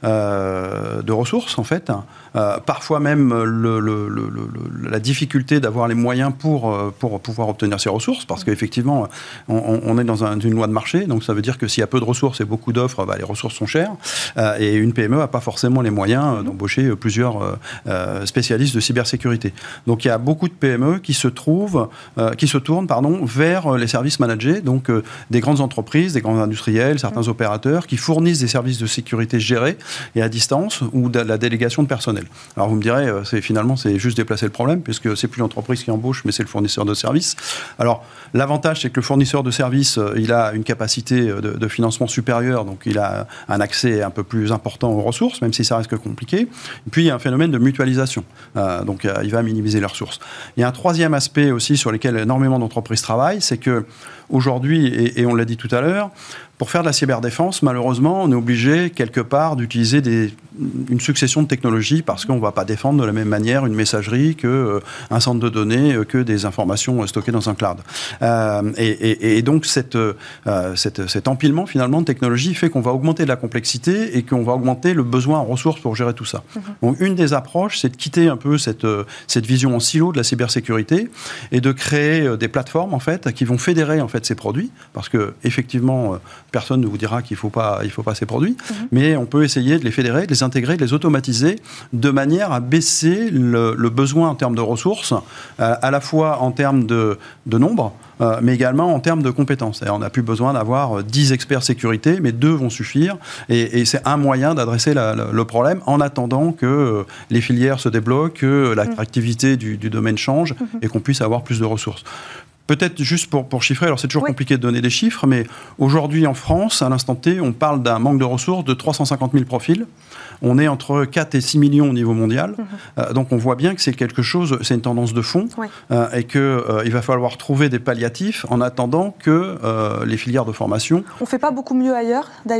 euh, de ressources en fait. Euh, parfois même le, le, le, le, la difficulté d'avoir les moyens pour, pour pouvoir obtenir ces ressources, parce qu'effectivement, on, on est dans un, une loi de marché, donc ça veut dire que s'il y a peu de ressources et beaucoup d'offres, bah, les ressources sont chères, euh, et une P M E n'a pas forcément les moyens d'embaucher plusieurs euh, spécialistes de cybersécurité. Donc il y a beaucoup de P M E qui se trouvent, euh, qui se tournent pardon, vers les services managés, donc euh, des grandes entreprises, des grands industriels, certains opérateurs qui fournissent des services de sécurité gérés et à distance, ou de la délégation de personnel. Alors vous me direz, c'est, finalement, c'est juste déplacer le problème, puisque c'est plus l'entreprise qui embauche, mais c'est le fournisseur de services. Alors, l'avantage, c'est que le fournisseur de services, il a une capacité de, de financement supérieure, donc il a un accès un peu plus important aux ressources, même si ça reste compliqué. Et puis, il y a un phénomène de mutualisation. Euh, donc, euh, il va minimiser les ressources. Il y a un troisième aspect aussi sur lequel énormément d'entreprises travaillent, c'est que aujourd'hui, et, et on l'a dit tout à l'heure, pour faire de la cyberdéfense, malheureusement, on est obligé, quelque part, d'utiliser des, une succession de technologies parce qu'on ne va pas défendre de la même manière une messagerie qu'un euh, centre de données, euh, que des informations euh, stockées dans un cloud. Euh, et, et, et donc, cette, euh, cette, cet empilement, finalement, de technologies fait qu'on va augmenter la complexité et qu'on va augmenter le besoin en ressources pour gérer tout ça. Mmh. Donc, une des approches, c'est de quitter un peu cette, cette vision en silo de la cybersécurité et de créer des plateformes, en fait, qui vont fédérer, en fait, ces produits, parce que, effectivement, personne ne vous dira qu'il ne faut pas, il faut pas ces produits, mmh. mais on peut essayer de les fédérer, de les intégrer, de les automatiser, de manière à baisser le, le besoin en termes de ressources, euh, à la fois en termes de, de nombre, euh, mais également en termes de compétences. Et on n'a plus besoin d'avoir dix experts sécurité, mais deux vont suffire, et, et c'est un moyen d'adresser la, la, le problème, en attendant que euh, les filières se débloquent, que l'attractivité mmh. du, du domaine change, mmh. et qu'on puisse avoir plus de ressources. Peut-être juste pour, pour chiffrer, alors c'est toujours oui. compliqué de donner des chiffres, mais aujourd'hui en France, à l'instant T, on parle d'un manque de ressources de trois cent cinquante mille profils. On est entre quatre et six millions au niveau mondial. Mmh. Euh, donc on voit bien que c'est quelque chose, c'est une tendance de fond, oui. euh, et qu'il euh, va falloir trouver des palliatifs en attendant que euh, les filières de formation... On ne fait pas beaucoup mieux ailleurs, d'ailleurs ?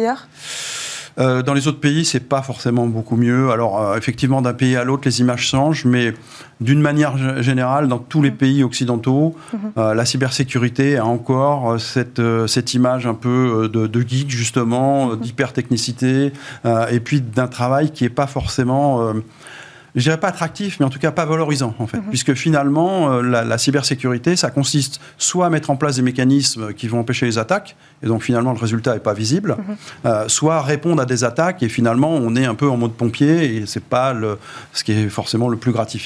Euh, dans les autres pays, c'est pas forcément beaucoup mieux. Alors, euh, effectivement, d'un pays à l'autre, les images changent, mais d'une manière g- générale, dans tous les pays occidentaux, mmh. euh, la cybersécurité a encore euh, cette, euh, cette image un peu euh, de, de geek, justement, mmh. euh, d'hypertechnicité, euh, et puis d'un travail qui est pas forcément... Euh, je dirais pas attractif, mais en tout cas pas valorisant, en fait. Mmh. Puisque finalement, euh, la, la cybersécurité, ça consiste soit à mettre en place des mécanismes qui vont empêcher les attaques, et donc finalement le résultat n'est pas visible, mmh. euh, soit à répondre à des attaques, et finalement on est un peu en mode pompier, et c'est pas le, ce qui est forcément le plus gratifiant.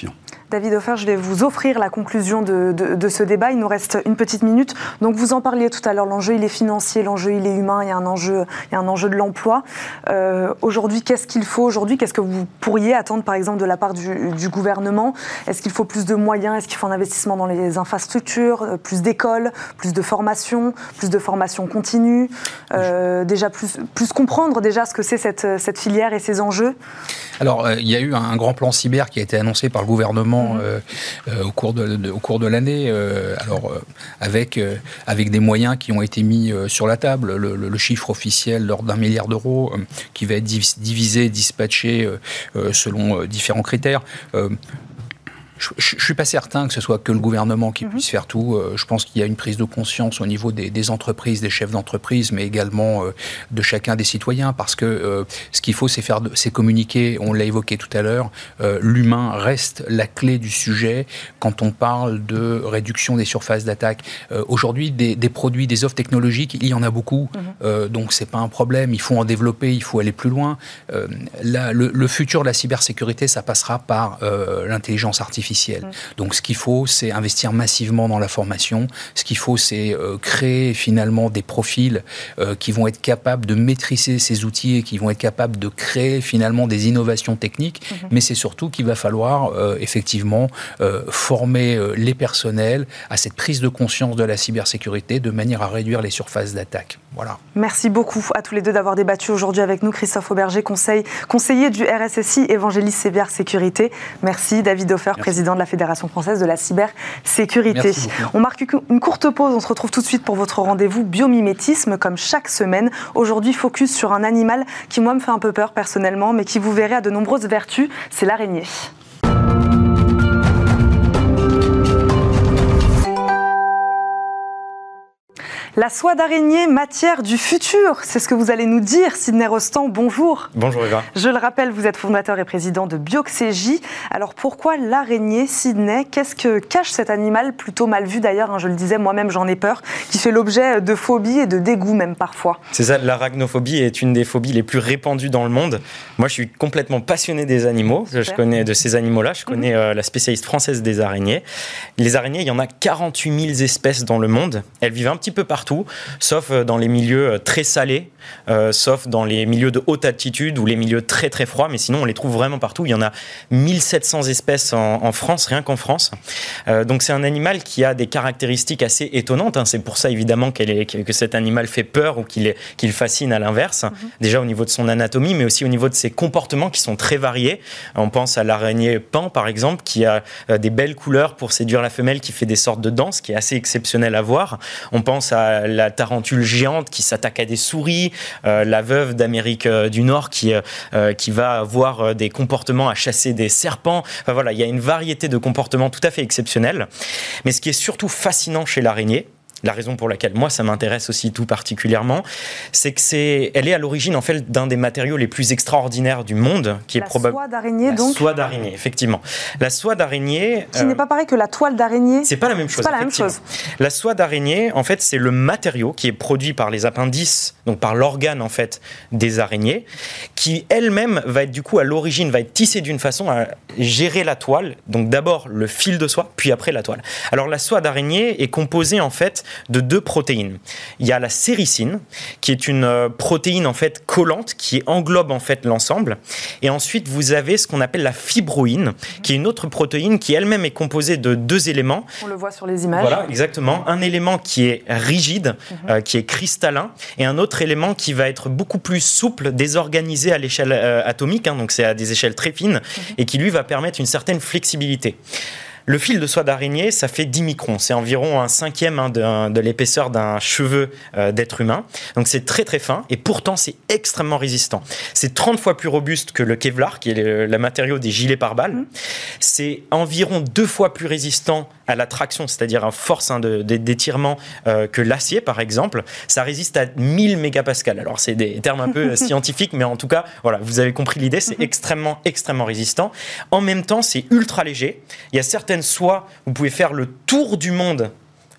David Hofer, je vais vous offrir la conclusion de, de, de ce débat. Il nous reste une petite minute. Donc vous en parliez tout à l'heure, l'enjeu il est financier, l'enjeu il est humain, il y a un enjeu, il y a un enjeu de l'emploi. Euh, aujourd'hui, qu'est-ce qu'il faut aujourd'hui? Qu'est-ce que vous pourriez attendre par exemple de la part du, du gouvernement? Est-ce qu'il faut plus de moyens? Est-ce qu'il faut un investissement dans les infrastructures, plus d'écoles, plus de formation, plus de formation continue, euh, déjà plus, plus comprendre déjà ce que c'est cette, cette filière et ses enjeux? Alors, euh, il y a eu un grand plan cyber qui a été annoncé par le gouvernement mmh. euh, euh, au cours de, de, au cours de l'année, euh, alors euh, avec, euh, avec des moyens qui ont été mis euh, sur la table. Le, le, le chiffre officiel, l'ordre d'un milliard d'euros, euh, qui va être divisé, dispatché euh, euh, selon euh, différents critères. Euh, Je ne suis pas certain que ce soit que le gouvernement qui mmh. puisse faire tout. Euh, je pense qu'il y a une prise de conscience au niveau des, des entreprises, des chefs d'entreprise, mais également euh, de chacun des citoyens, parce que euh, ce qu'il faut, c'est faire, c'est communiquer. On l'a évoqué tout à l'heure. Euh, l'humain reste la clé du sujet quand on parle de réduction des surfaces d'attaque. Euh, aujourd'hui, des, des produits, des offres technologiques, il y en a beaucoup, mmh. euh, donc c'est pas un problème. Il faut en développer, il faut aller plus loin. Euh, la, le, le futur de la cybersécurité, ça passera par euh, l'intelligence artificielle. Donc ce qu'il faut, c'est investir massivement dans la formation. Ce qu'il faut, c'est euh, créer finalement des profils euh, qui vont être capables de maîtriser ces outils et qui vont être capables de créer finalement des innovations techniques. Mm-hmm. Mais c'est surtout qu'il va falloir euh, effectivement euh, former euh, les personnels à cette prise de conscience de la cybersécurité de manière à réduire les surfaces d'attaque. Voilà. Merci beaucoup à tous les deux d'avoir débattu aujourd'hui avec nous. Christophe Auberger, conseil, conseiller du R S S I, évangéliste cybersécurité. Merci. David Hofer, Merci. président de la Fédération française de la cybersécurité. On marque une courte pause, on se retrouve tout de suite pour votre rendez-vous biomimétisme, comme chaque semaine. Aujourd'hui, focus sur un animal qui, moi, me fait un peu peur personnellement, mais qui, vous verrez, a de nombreuses vertus, c'est l'araignée. La soie d'araignée, matière du futur, c'est ce que vous allez nous dire. Sidney Rostand, bonjour. Bonjour Eva. Je le rappelle, vous êtes fondateur et président de Bioxégie. Alors pourquoi l'araignée, Sidney? Qu'est-ce que cache cet animal, plutôt mal vu d'ailleurs, hein, je le disais, moi-même j'en ai peur, qui fait l'objet de phobies et de dégoût même parfois? C'est ça, l'arachnophobie est une des phobies les plus répandues dans le monde. Moi je suis complètement passionné des animaux, Super. je connais de ces animaux-là, je connais mmh. euh, la spécialiste française des araignées. Les araignées, il y en a quarante-huit mille espèces dans le monde, elles vivent un petit peu partout. Tout, sauf dans les milieux très salés, euh, sauf dans les milieux de haute altitude ou les milieux très très froids, mais sinon on les trouve vraiment partout. Il y en a mille sept cents espèces en, en France, rien qu'en France. Euh, donc c'est un animal qui a des caractéristiques assez étonnantes, hein. C'est pour ça évidemment qu'elle est, que cet animal fait peur ou qu'il, est, qu'il fascine à l'inverse, mm-hmm. déjà au niveau de son anatomie, mais aussi au niveau de ses comportements qui sont très variés. On pense à l'araignée paon par exemple, qui a euh, des belles couleurs pour séduire la femelle, qui fait des sortes de danses, qui est assez exceptionnel à voir. On pense à la tarentule géante qui s'attaque à des souris, euh, la veuve d'Amérique du Nord qui, euh, qui va avoir des comportements à chasser des serpents. Enfin, voilà, il y a une variété de comportements tout à fait exceptionnels. Mais ce qui est surtout fascinant chez l'araignée, la raison pour laquelle moi ça m'intéresse aussi tout particulièrement, c'est que c'est, elle est à l'origine en fait d'un des matériaux les plus extraordinaires du monde, qui la est probablement soie d'araignée. La donc soie d'araignée, effectivement. La soie d'araignée, qui euh... n'est pas pareil que la toile d'araignée. C'est pas la même chose. C'est pas la même chose. La soie d'araignée, en fait, c'est le matériau qui est produit par les appendices, donc par l'organe en fait des araignées, qui elle-même va être du coup à l'origine va être tissée d'une façon à gérer la toile. Donc d'abord le fil de soie, puis après la toile. Alors la soie d'araignée est composée en fait de deux protéines. Il y a la séricine, qui est une euh, protéine en fait collante, qui englobe en fait l'ensemble. Et ensuite, vous avez ce qu'on appelle la fibroïne, mmh. qui est une autre protéine qui elle-même est composée de deux éléments. On le voit sur les images. Voilà, exactement. Un élément qui est rigide, mmh. euh, qui est cristallin, et un autre élément qui va être beaucoup plus souple, désorganisé à l'échelle euh, atomique, hein, donc c'est à des échelles très fines, mmh. et qui lui va permettre une certaine flexibilité. Le fil de soie d'araignée, ça fait dix microns. C'est environ un cinquième hein, de, de l'épaisseur d'un cheveu euh, d'être humain. Donc c'est très très fin et pourtant c'est extrêmement résistant. C'est trente fois plus robuste que le Kevlar, qui est le, le matériau des gilets pare-balles. Mmh. C'est environ deux fois plus résistant à la traction, c'est-à-dire à force hein, de, de, d'étirement euh, que l'acier par exemple. Ça résiste à mille mégapascales. Alors c'est des termes un peu scientifiques, mais en tout cas, voilà, vous avez compris l'idée. C'est mmh. extrêmement extrêmement résistant. En même temps, c'est ultra léger. Il y a certaines soies, vous pouvez faire le tour du monde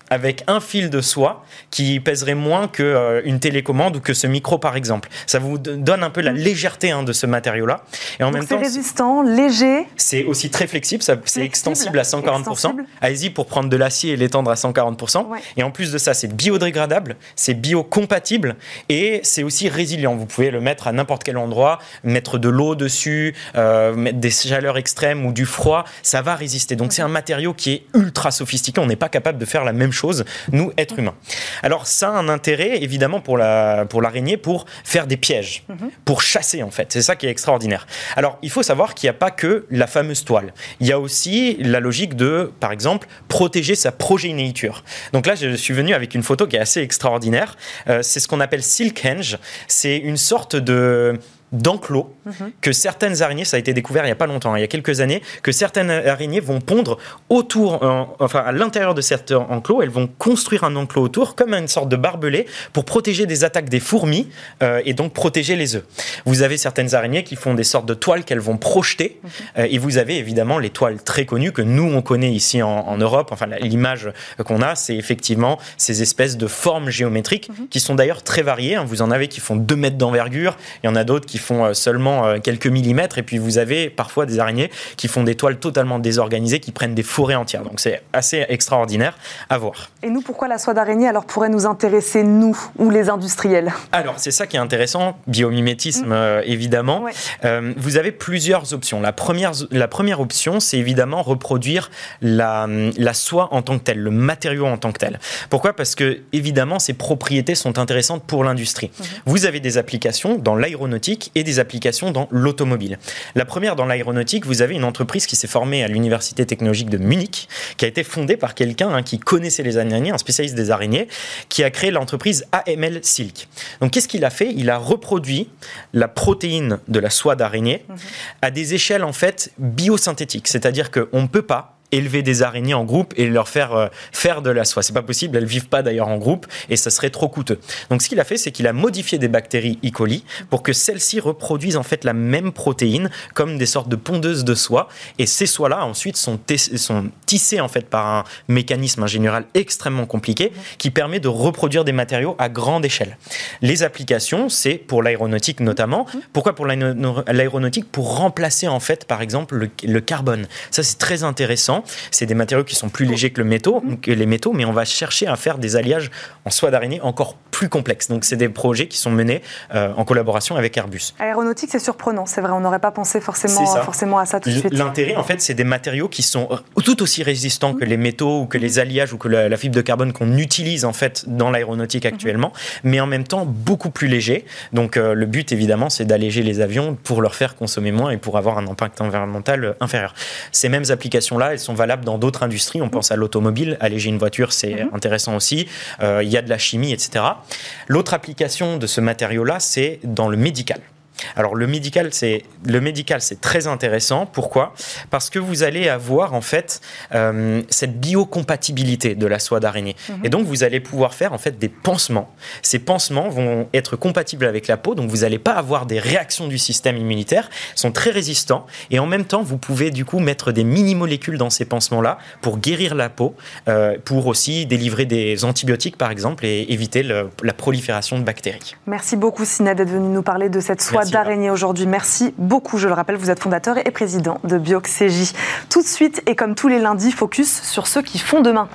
avec un fil de soie qui pèserait moins qu'une euh, télécommande ou que ce micro, par exemple. Ça vous donne un peu la légèreté hein, de ce matériau-là. Et en Donc même temps, c'est résistant, léger. C'est aussi très flexible, ça, c'est extensible à cent quarante pour cent. Allez-y pour prendre de l'acier et l'étendre à cent quarante pour cent. Ouais. Et en plus de ça, c'est biodégradable, c'est biocompatible et c'est aussi résilient. Vous pouvez le mettre à n'importe quel endroit, mettre de l'eau dessus, euh, mettre des chaleurs extrêmes ou du froid, ça va résister. Donc c'est un matériau qui est ultra sophistiqué. On n'est pas capable de faire la même chose, nous, êtres humains. Alors, ça a un intérêt, évidemment, pour, la, pour l'araignée, pour faire des pièges, mm-hmm. pour chasser, en fait. C'est ça qui est extraordinaire. Alors, il faut savoir qu'il n'y a pas que la fameuse toile. Il y a aussi la logique de, par exemple, protéger sa progéniture. Donc là, je suis venu avec une photo qui est assez extraordinaire. Euh, c'est ce qu'on appelle silk henge. C'est une sorte de... d'enclos mmh. que certaines araignées, ça a été découvert il n'y a pas longtemps, hein, il y a quelques années, que certaines araignées vont pondre autour, euh, enfin à l'intérieur de cet enclos, elles vont construire un enclos autour comme une sorte de barbelé pour protéger des attaques des fourmis euh, et donc protéger les œufs. Vous avez certaines araignées qui font des sortes de toiles qu'elles vont projeter mmh. euh, et vous avez évidemment les toiles très connues que nous on connaît ici en, en Europe. Enfin l'image qu'on a, c'est effectivement ces espèces de formes géométriques mmh. qui sont d'ailleurs très variées. Hein. Vous en avez qui font deux mètres d'envergure, il y en a d'autres qui font seulement quelques millimètres et puis vous avez parfois des araignées qui font des toiles totalement désorganisées qui prennent des forêts entières. Donc c'est assez extraordinaire à voir. Et nous, pourquoi la soie d'araignée alors pourrait nous intéresser, nous, ou les industriels? Alors c'est ça qui est intéressant, biomimétisme mmh. euh, évidemment. Ouais. Euh, vous avez plusieurs options. La première, la première option, c'est évidemment reproduire la, la soie en tant que telle, le matériau en tant que tel. Pourquoi? Parce que évidemment ses propriétés sont intéressantes pour l'industrie. Mmh. Vous avez des applications dans l'aéronautique et des applications dans l'automobile. La première, dans l'aéronautique, vous avez une entreprise qui s'est formée à l'Université technologique de Munich, qui a été fondée par quelqu'un hein, qui connaissait les araignées, un spécialiste des araignées, qui a créé l'entreprise A M L Silk. Donc, qu'est-ce qu'il a fait? Il a reproduit la protéine de la soie d'araignée mmh. à des échelles, en fait, biosynthétiques. C'est-à-dire qu'on ne peut pas élever des araignées en groupe et leur faire euh, faire de la soie. C'est pas possible, elles vivent pas d'ailleurs en groupe et ça serait trop coûteux. Donc ce qu'il a fait, c'est qu'il a modifié des bactéries E. coli pour que celles-ci reproduisent en fait la même protéine comme des sortes de pondeuses de soie et ces soies-là ensuite sont, t- sont tissées en fait par un mécanisme en général extrêmement compliqué qui permet de reproduire des matériaux à grande échelle. Les applications, c'est pour l'aéronautique notamment. Pourquoi pour l'aéronautique? Pour remplacer en fait par exemple le, le carbone. Ça c'est très intéressant. C'est des matériaux qui sont plus légers que, le métaux, que les métaux, mais on va chercher à faire des alliages en soie d'araignée encore plus complexes. Donc, c'est des projets qui sont menés euh, en collaboration avec Airbus. Aéronautique, c'est surprenant, c'est vrai, on n'aurait pas pensé forcément, forcément à ça tout de suite. L'intérêt, en fait, c'est des matériaux qui sont tout aussi résistants que les métaux ou que les alliages ou que la, la fibre de carbone qu'on utilise en fait dans l'aéronautique actuellement, mm-hmm. mais en même temps beaucoup plus légers. Donc, euh, le but, évidemment, c'est d'alléger les avions pour leur faire consommer moins et pour avoir un impact environnemental inférieur. Ces mêmes applications-là, elles sont valables dans d'autres industries. On pense à l'automobile. Alléger une voiture, c'est mmh. intéressant aussi. Euh, il y a de la chimie, et cetera. L'autre application de ce matériau-là, c'est dans le médical. Alors le médical, c'est le médical, c'est très intéressant. Pourquoi? Parce que vous allez avoir en fait euh, cette biocompatibilité de la soie d'araignée. Mmh. Et donc vous allez pouvoir faire en fait des pansements. Ces pansements vont être compatibles avec la peau, donc vous n'allez pas avoir des réactions du système immunitaire. Ils sont très résistants et en même temps vous pouvez du coup mettre des mini-molécules dans ces pansements-là pour guérir la peau, euh, pour aussi délivrer des antibiotiques par exemple et éviter le, la prolifération de bactéries. Merci beaucoup Sinet d'être venu nous parler de cette soie d'araignée aujourd'hui. Merci beaucoup. Je le rappelle, vous êtes fondateur et président de Bioxégie. Tout de suite, et comme tous les lundis, focus sur ceux qui font demain.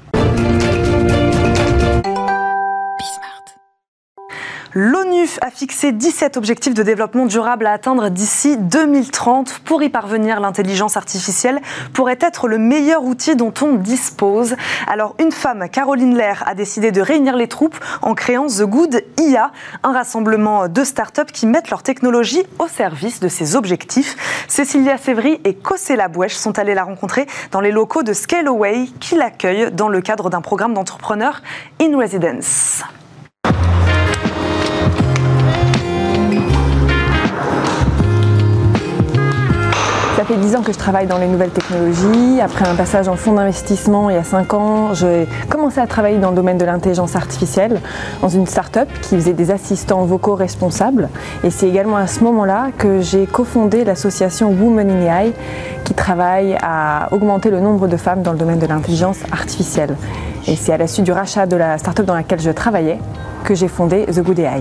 L'ONU a fixé dix-sept objectifs de développement durable à atteindre d'ici deux mille trente. Pour y parvenir, l'intelligence artificielle pourrait être le meilleur outil dont on dispose. Alors, une femme, Caroline Lair, a décidé de réunir les troupes en créant The Good I A, un rassemblement de startups qui mettent leur technologie au service de ces objectifs. Cécilia Sévry et Kossé Labouèche sont allés la rencontrer dans les locaux de Scaleway, qui l'accueillent dans le cadre d'un programme d'entrepreneurs in residence. Ça fait dix ans que je travaille dans les nouvelles technologies. Après un passage en fonds d'investissement il y a cinq ans, j'ai commencé à travailler dans le domaine de l'intelligence artificielle dans une start-up qui faisait des assistants vocaux responsables. Et c'est également à ce moment-là que j'ai cofondé l'association Women in A I qui travaille à augmenter le nombre de femmes dans le domaine de l'intelligence artificielle. Et c'est à la suite du rachat de la start-up dans laquelle je travaillais que j'ai fondé The Good A I.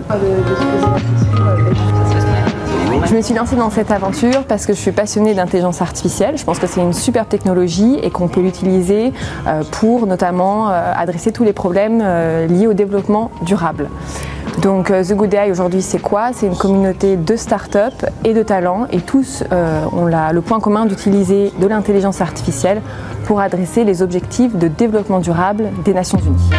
Je me suis lancée dans cette aventure parce que je suis passionnée d'intelligence artificielle. Je pense que c'est une super technologie et qu'on peut l'utiliser pour notamment adresser tous les problèmes liés au développement durable. Donc The Good A I aujourd'hui c'est quoi? C'est une communauté de start-up et de talents et tous euh, ont la, le point commun d'utiliser de l'intelligence artificielle pour adresser les objectifs de développement durable des Nations Unies.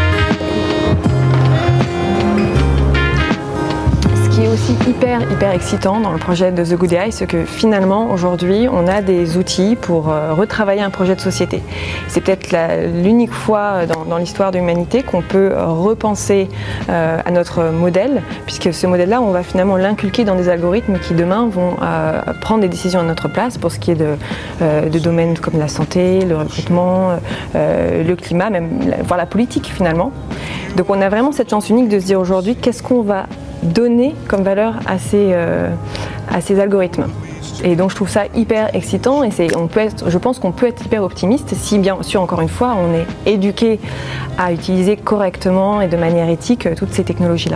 Ce qui est aussi hyper hyper excitant dans le projet de The Good A I, c'est que finalement aujourd'hui on a des outils pour euh, retravailler un projet de société. C'est peut-être l'unique fois dans, dans l'histoire de l'humanité qu'on peut repenser euh, à notre modèle, puisque ce modèle-là on va finalement l'inculquer dans des algorithmes qui demain vont euh, prendre des décisions à notre place pour ce qui est de, euh, de domaines comme la santé, le recrutement, euh, le climat, même la, voire la politique finalement. Donc on a vraiment cette chance unique de se dire aujourd'hui qu'est-ce qu'on va donner comme valeur à ces, euh, à ces algorithmes. Et donc je trouve ça hyper excitant et c'est, on peut être, je pense qu'on peut être hyper optimiste si bien sûr encore une fois on est éduqué à utiliser correctement et de manière éthique toutes ces technologies-là.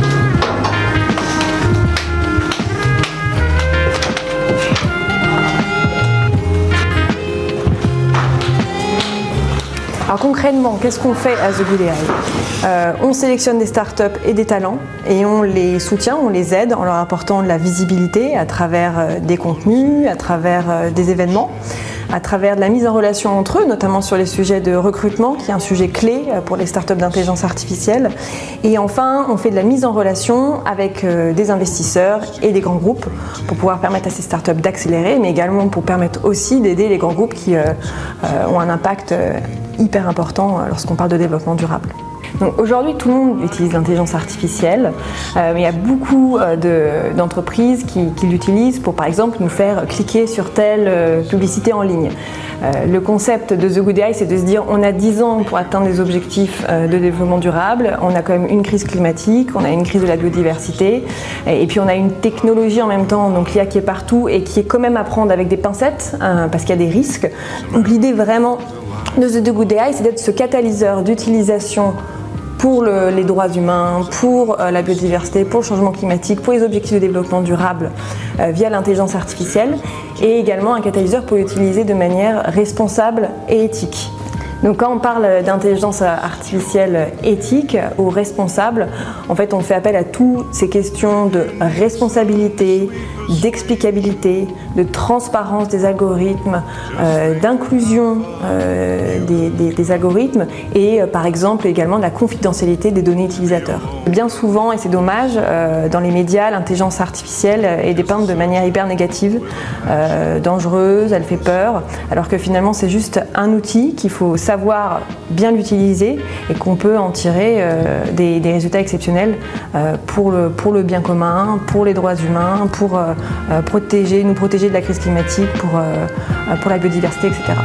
Alors concrètement, qu'est-ce qu'on fait à The Good A I? euh, On sélectionne des startups et des talents et on les soutient, on les aide en leur apportant de la visibilité à travers euh, des contenus, à travers euh, des événements, à travers de la mise en relation entre eux, notamment sur les sujets de recrutement, qui est un sujet clé pour les startups d'intelligence artificielle. Et enfin, on fait de la mise en relation avec euh, des investisseurs et des grands groupes pour pouvoir permettre à ces startups d'accélérer, mais également pour permettre aussi d'aider les grands groupes qui euh, euh, ont un impact euh, hyper important lorsqu'on parle de développement durable. Donc aujourd'hui, tout le monde utilise l'intelligence artificielle, euh, mais il y a beaucoup euh, de, d'entreprises qui, qui l'utilisent pour, par exemple, nous faire cliquer sur telle euh, publicité en ligne. Euh, le concept de The Good A I, c'est de se dire on a dix ans pour atteindre les objectifs euh, de développement durable, on a quand même une crise climatique, on a une crise de la biodiversité, et, et puis on a une technologie en même temps, donc l'I A qui est partout et qui est quand même à prendre avec des pincettes, hein, parce qu'il y a des risques. Donc l'idée vraiment de The Good A I, c'est d'être ce catalyseur d'utilisation pour le, les droits humains, pour euh, la biodiversité, pour le changement climatique, pour les objectifs de développement durable euh, via l'intelligence artificielle et également un catalyseur pour l'utiliser de manière responsable et éthique. Donc quand on parle d'intelligence artificielle éthique ou responsable, en fait on fait appel à toutes ces questions de responsabilité, d'explicabilité, de transparence des algorithmes, euh, d'inclusion euh, des, des, des algorithmes et euh, par exemple également de la confidentialité des données utilisateurs. Bien souvent, et c'est dommage, euh, dans les médias, l'intelligence artificielle est dépeinte de manière hyper négative, euh, dangereuse, elle fait peur, alors que finalement c'est juste un outil qu'il faut savoir bien l'utiliser et qu'on peut en tirer euh, des, des résultats exceptionnels euh, pour, le, pour le bien commun, pour les droits humains, pour euh, euh, protéger, nous protéger de la crise climatique, pour, euh, pour la biodiversité, et cetera.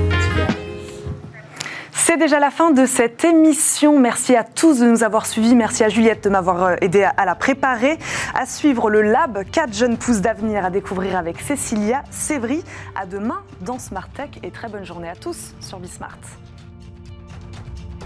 C'est déjà la fin de cette émission. Merci à tous de nous avoir suivis. Merci à Juliette de m'avoir aidé à la préparer. À suivre le Lab, quatre jeunes pousses d'avenir à découvrir avec Cécilia Sévry. À demain dans Smart Tech et très bonne journée à tous sur Bismart.